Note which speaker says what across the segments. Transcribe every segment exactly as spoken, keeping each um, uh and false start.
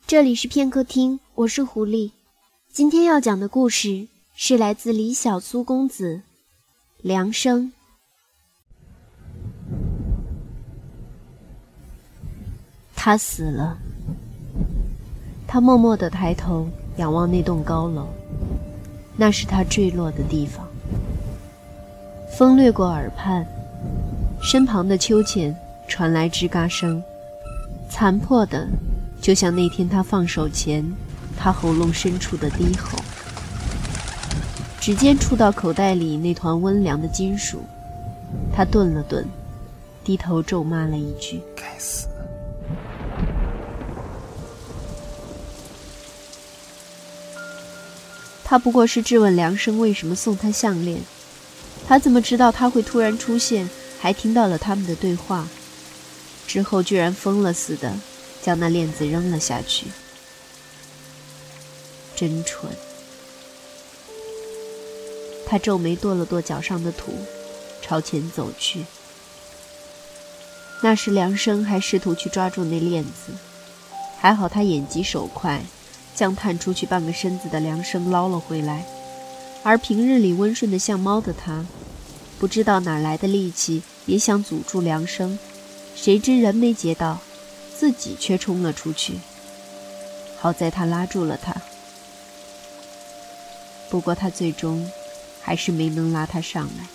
Speaker 1: 这里是片刻听，我是狐狸。今天要讲的故事是来自李小苏公子梁生。他死了。他默默地抬头仰望那栋高楼，那是他坠落的地方。风掠过耳畔，身旁的秋千传来吱嘎声，残破的就像那天他放手前他喉咙深处的低吼。指尖触到口袋里那团温凉的金属，他顿了顿，低头咒骂了一句：
Speaker 2: 该死。
Speaker 1: 他不过是质问梁生为什么送他项链，他怎么知道他会突然出现，还听到了他们的对话，之后居然疯了似的将那链子扔了下去。真蠢。他皱眉跺了跺脚上的土，朝前走去。那时梁生还试图去抓住那链子，还好他眼疾手快，将探出去半个身子的梁生捞了回来。而平日里温顺的像猫的他，不知道哪来的力气，也想阻住梁生，谁知人没接到，自己却冲了出去。好在他拉住了他，不过他最终还是没能拉他上来。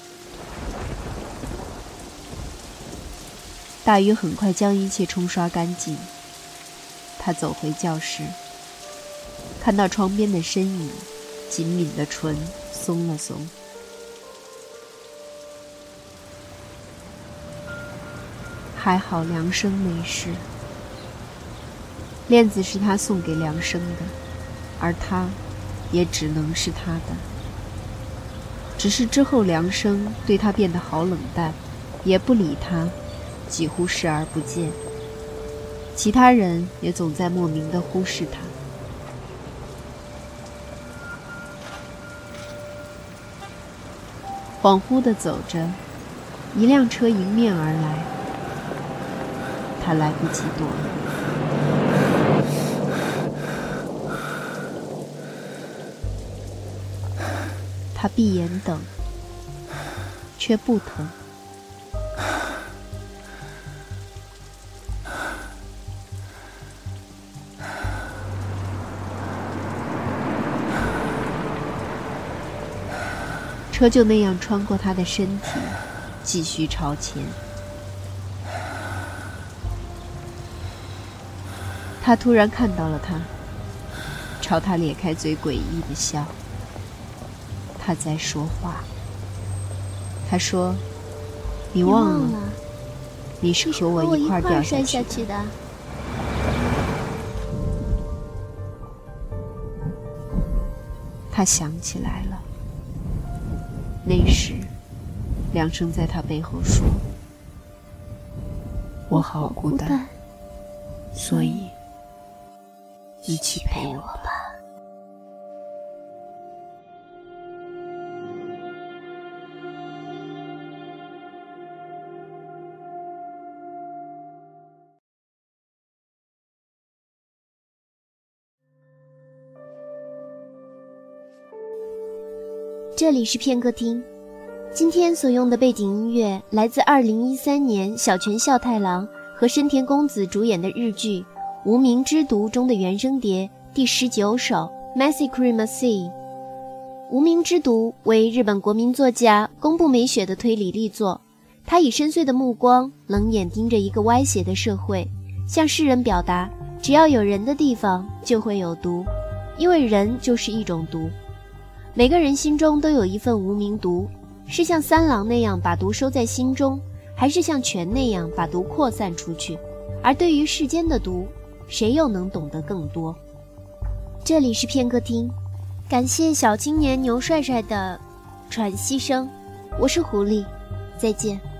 Speaker 1: 大雨很快将一切冲刷干净。他走回教室，看到窗边的身影，紧抿的唇松了松。还好梁生没事。链子是他送给梁生的，而他也只能是他的。只是之后梁生对他变得好冷淡，也不理他，几乎视而不见。其他人也总在莫名地忽视他。恍惚地走着，一辆车迎面而来，他来不及躲了。他闭眼等，却不疼。车就那样穿过他的身体，继续朝前。他突然看到了他，朝他咧开嘴诡异的笑。他在说话。他说：你忘了，你是和我一块掉下去的。他想起来了。那时梁生在他背后说：我好孤单，所以一起陪我吧。这里是片刻听，今天所用的背景音乐来自二零一三年小泉孝太郎和深田恭子主演的日剧《无名之毒》中的原声碟第十九首 Massacre Sea。 无名之毒为日本国民作家宫部美雪的推理力作，他以深邃的目光冷眼盯着一个歪斜的社会，向世人表达只要有人的地方就会有毒，因为人就是一种毒。每个人心中都有一份无名毒，是像三郎那样把毒收在心中，还是像泉那样把毒扩散出去？而对于世间的毒，谁又能懂得更多？这里是片刻听，感谢小青年牛帅帅的喘息声，我是狐狸，再见。